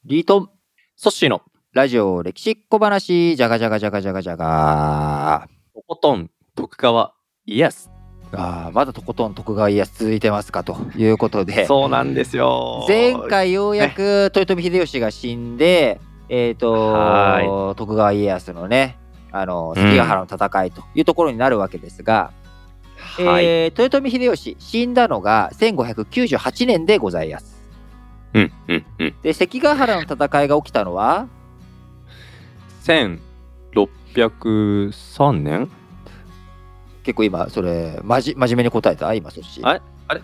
リートンソッシーのラジオ歴史小話じゃがじゃがじゃがじゃがじゃが。 とことん徳川家康。 まだとことん徳川家康続いてますかということで、 そうなんですよ。 前回ようやく豊臣秀吉が死んで、徳川家康のね関ヶ原の戦いというところになるわけですが、豊臣秀吉死んだのが1598年でございます。で関ヶ原の戦いが起きたのは 1603年。 結構今それ真面目に答えた今そっちあれ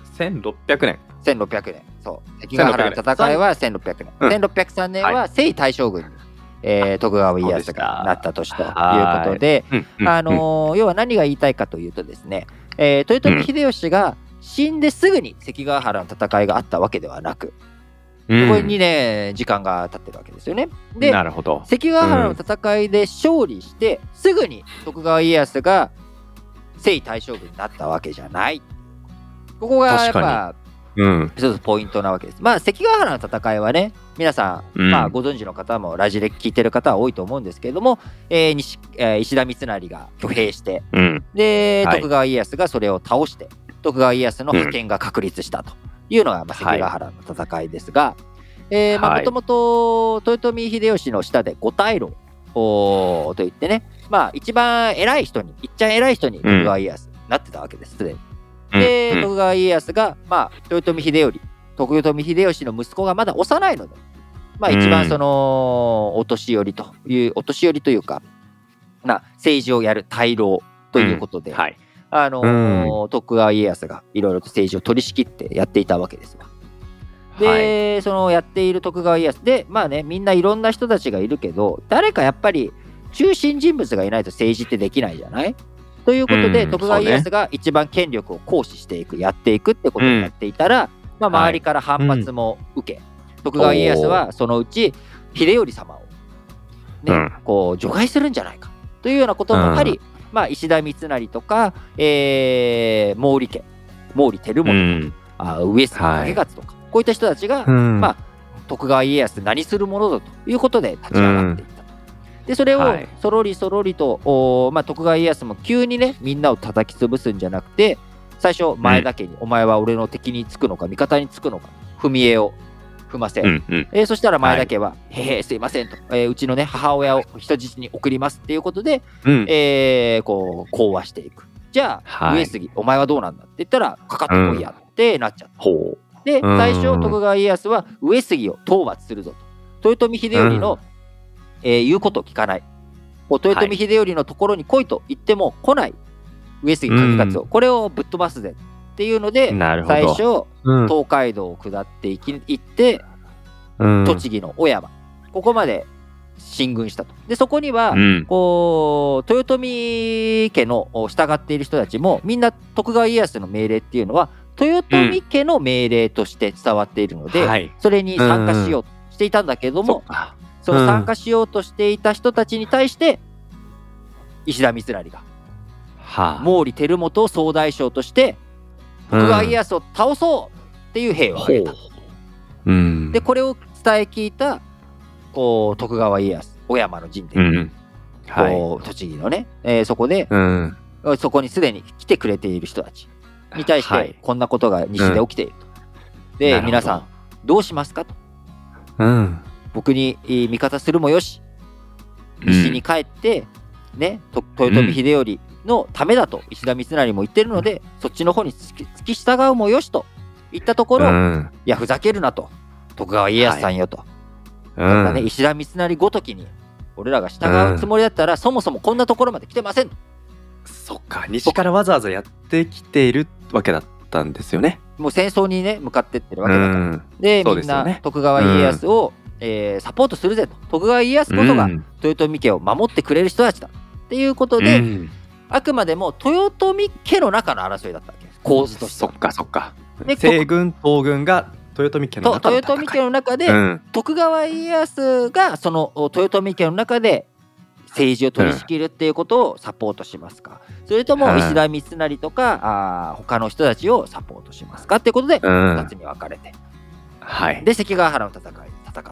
1600年。 1600年。そう関ヶ原の戦いは1600年、1603年は征夷大将軍に、徳川家康がなった年ということで、要は何が言いたいかというとですね、豊臣秀吉が死んですぐに関ヶ原の戦いがあったわけではなく、これにね時間が経ってるわけですよね。で、 なるほど。 関ヶ原の戦いで勝利してすぐに徳川家康が征夷大将軍になったわけじゃない。ここがやっぱ一つポイントなわけです。関ヶ原の戦いはね、皆さん、ご存知の方もラジレ聞いてる方は多いと思うんですけれども、石田三成が挙兵して、で、徳川家康がそれを倒して徳川家康の覇権が確立したというのが、関ヶ原の戦いですが、もともと豊臣秀吉の下で五大老といってね、一番偉い人にいっちゃん偉い人に徳川家康なってたわけですすでに。で、徳川家康が、豊臣秀吉の息子がまだ幼いので、一番そのお年寄りというか、政治をやる大老ということで、徳川家康がいろいろと政治を取り仕切ってやっていたわけですわ。で、そのやっている徳川家康で、みんないろんな人たちがいるけど、誰かやっぱり中心人物がいないと政治ってできないじゃないということで、徳川家康が一番権力を行使していく、やっていくってことをやっていたら、周りから反発も受け、徳川家康はそのうち秀頼様を、こう除外するんじゃないかというようなこともやはり、石田三成とか、毛利輝元とか、上杉景勝とか、こういった人たちが、徳川家康何するものだということで立ち上がっていった。でそれをそろりそろりと、徳川家康も急にねみんなを叩き潰すんじゃなくて、最初前田家に、お前は俺の敵につくのか味方につくのか踏み絵を踏ませ、そしたら前田家は、すいませんと、うちのね母親を人質に送りますっていうことで、こう講和していく。じゃあ、上杉お前はどうなんだって言ったらかかってこいやってなっちゃった。で最初徳川家康は上杉を討伐するぞと、豊臣秀頼の、言うことを聞かない、豊臣秀頼のところに来いと言っても来ない上杉景勝を、これをぶっ飛ばすぜっていうので、最初、東海道を下って行って、栃木の小山、ここまで進軍したと。でそこには、こう豊臣家の従っている人たちもみんな徳川家康の命令っていうのは豊臣家の命令として伝わっているので、それに参加しようとしていたんだけども、その参加しようとしていた人たちに対して石田三成が毛利輝元を総大将として徳川家康を倒そうっていう兵を挙げた。でこれを伝え聞いた徳川家康小山の陣で、栃木のね、そこで、そこにすでに来てくれている人たちに対して、こんなことが西で起きていると。で皆さんどうしますかと。僕に味方するもよし、西に帰ってね、豊臣秀頼のためだと石田三成も言ってるので、そっちの方に付き従うもよしと言ったところ、いやふざけるなと、徳川家康さんよと、石田三成ごときに俺らが従うつもりだったら、そもそもこんなところまで来てませんと。 そっか、西からわざわざやってきているわけだったんですよね。 もう戦争にね向かってってるわけだから、でみんな徳川家康をサポートするぜと、徳川家康こそが豊臣家を守ってくれる人たちだっていうことで、あくまでも豊臣家の中の争いだったわけです、構図として。 そっかそっか。西軍東軍が豊臣家の中の戦い、 豊臣家の中で、徳川家康がその豊臣家の中で政治を取り仕切るっていうことをサポートしますか、それとも石田三成とか他の人たちをサポートしますかっていうことで2つに分かれて、で関ヶ原の戦ったと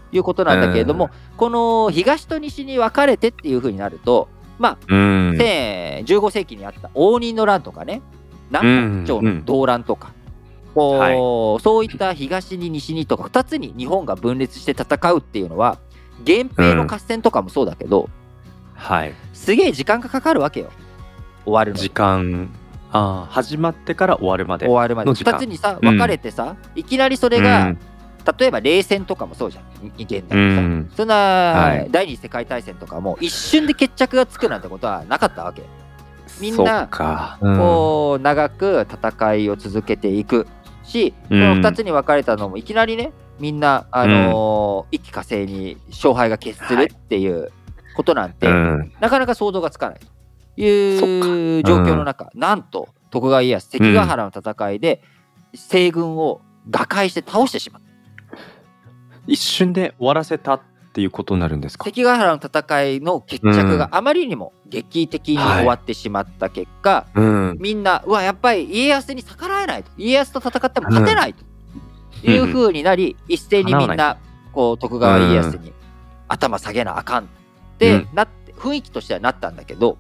いうことなんだけれども、この東と西に分かれてっていう風になると、まあ、15世紀にあった応仁の乱とかね、南北朝の動乱とか、そういった東に西にとか2つに日本が分裂して戦うっていうのは、源平の合戦とかもそうだけど、すげえ時間がかかるわけよ、終わるのに。 時間、始まってから終わるまで 2つにさ分かれてさ、いきなりそれが、例えば冷戦とかもそうじゃん、現代にさ、そんな、第二次世界大戦とかも一瞬で決着がつくなんてことはなかったわけ。みんなこう長く戦いを続けていくし、この2つに分かれたのもいきなりね、みんな一気呵成に勝敗が決するっていうことなんて、なかなか想像がつかないという状況の中、なんと徳川家康、関ヶ原の戦いで西軍を瓦解して倒してしまった。 一瞬で終わらせたっていうことになるんですか。 関ヶ原の戦いの決着があまりにも劇的に終わってしまった結果、みんなやっぱり家康に逆らえないと、家康と戦っても勝てないという風になり、一斉にみんなこう徳川家康に頭下げなあかんってなって、雰囲気としてはなったんだけど、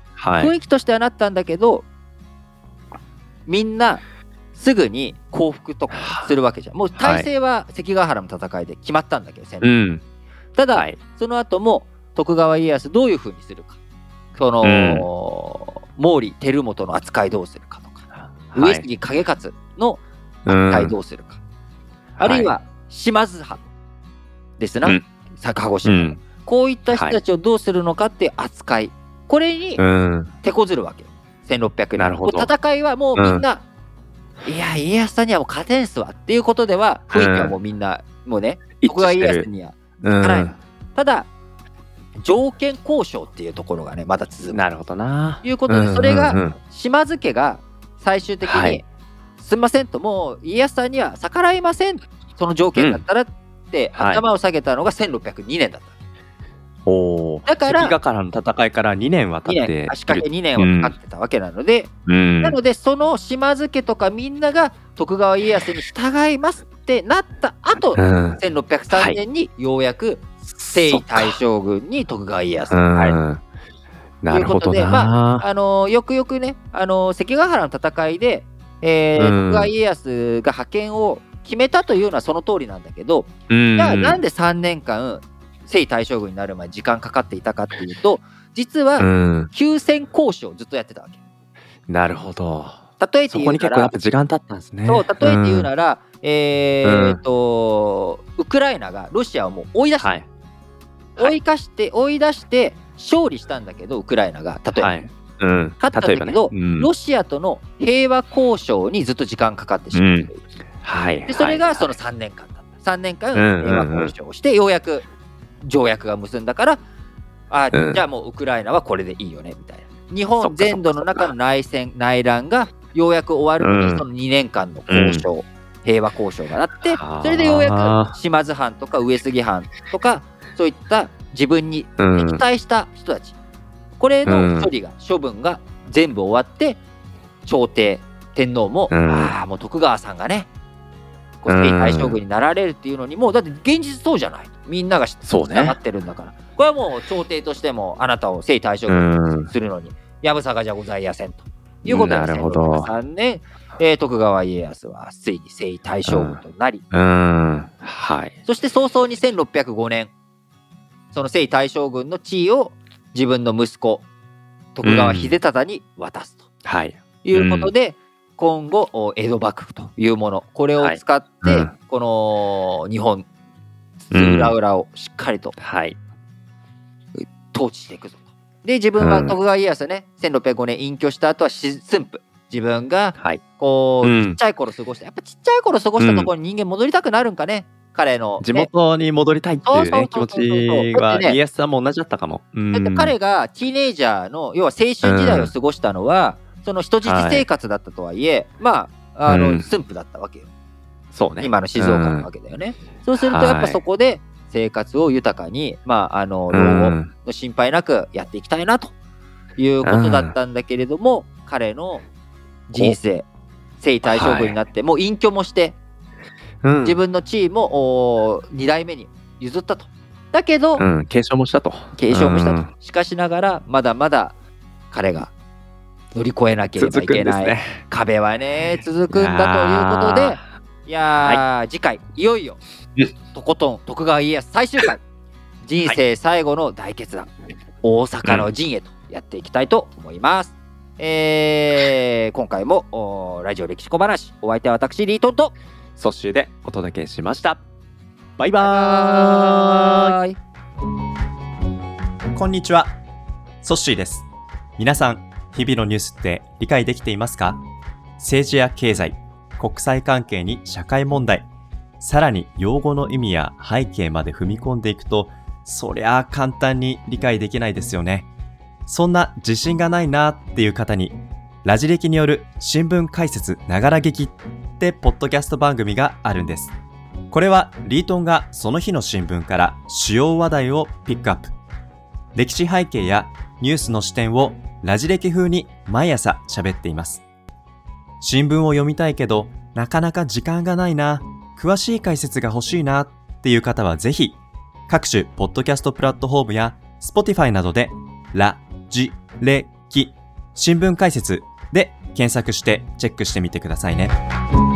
みんなすぐに降伏とかするわけじゃん。もう体制は関ヶ原の戦いで決まったんだけど、ただ、その後も徳川家康どういう風にするか、その、毛利輝元の扱いどうするかとか、上杉景勝の扱いどうするか、あるいは島津藩ですな、鹿児島、こういった人たちをどうするのかっていう扱い、これに手こずるわけよ、1600年。戦いはもうみんな、いや家康さんにはもう勝てんすわっていうことでは、雰囲気はもうみんなもうね、徳川家康には逆らえない。ただ条件交渉っていうところがねまだ続く。 なるほどな。 いうことで、それが島津家が最終的に、すみませんと、もう家康さんには逆らいません、その条件だったらって頭を下げたのが1602年だった。だから関ヶ原の戦いから2年は経って足掛け2年はかかってたわけなので、なのでその島津家とかみんなが徳川家康に従いますってなった後、1603年にようやく征夷大将軍に徳川家康が入るということで、よくよくね、関ヶ原の戦いで、徳川家康が覇権を決めたというのはその通りなんだけど、じゃあなんで3年間征夷大将軍になる前に時間かかっていたかっていうと、実は休戦交渉をずっとやってたわけ。 なるほど。 例えて言うなら、 そこに結構やっぱ時間経ったんですね。 そう、例えて言うなら、ウクライナがロシアをもう追い出した、追い出して勝利したんだけど、ウクライナが例えば、勝ったんだけど、ロシアとの平和交渉にずっと時間かかってしまっている。でそれがその3年間だった。3年間平和交渉をして、ようやく条約が結んだから、じゃあもうウクライナはこれでいいよねみたいな。日本全土の中の内乱がようやく終わるのに、その2年間の交渉、平和交渉があって、それでようやく島津藩とか上杉藩とか、そういった自分に敵対した人たち、これの処分が全部終わって、朝廷天皇も、もう徳川さんがね征夷大将軍になられるっていうのに、もうだって現実そうじゃない、みんなが従ってるんだから、これはもう朝廷としてもあなたを征夷大将軍にするのにやぶさかじゃございやせんということで、1603年、徳川家康はついに征夷大将軍となり、そして早々に1605年その征夷大将軍の地位を自分の息子徳川秀忠に渡すということで、今後江戸幕府というもの、これを使って、この日本裏裏をしっかりと統治していくぞと。で自分は徳川家康ね、1605年隠居した後は駿府、自分がこうちっちゃい頃過ごした、やっぱちっちゃい頃過ごしたところに人間戻りたくなるんかね、彼の、 地元に戻りたいっていうね気持ちは家康さんも同じだったかも。 だって彼がティーネイジャーの要は青春時代を過ごしたのは、その人質生活だったとはいえ、駿府だったわけよ。 そうね。 今の静岡なわけだよね。そうするとやっぱそこで生活を豊かに、老後の心配なくやっていきたいなということだったんだけれども、彼の人生、征夷大将軍になって、もう隠居もして、自分の地位も2代目に譲ったと。だけど、 継承もしたと。 しかしながら、まだまだ彼が乗り越えなければいけない、壁はね、続くんだということで、いやー、次回、いよいよ、とことん徳川家康最終回、人生最後の大決断、大阪の陣へとやっていきたいと思います。今回もラジオ歴史小話、お相手は私リートンとソッシーでお届けしました。バイバーイ。 こんにちは、ソッシーです。皆さん、日々のニュースって理解できていますか？政治や経済、国際関係に社会問題、さらに用語の意味や背景まで踏み込んでいくと、そりゃあ簡単に理解できないですよね。そんな自信がないなっていう方に、ラジ歴による新聞解説ながら劇ってポッドキャスト番組があるんです。これはリートンがその日の新聞から主要話題をピックアップ。歴史背景やニュースの視点をラジ歴風に毎朝喋っています。新聞を読みたいけどなかなか時間がないな、詳しい解説が欲しいなっていう方はぜひ各種ポッドキャストプラットフォームや Spotify などでラジ歴新聞解説で検索してチェックしてみてくださいね。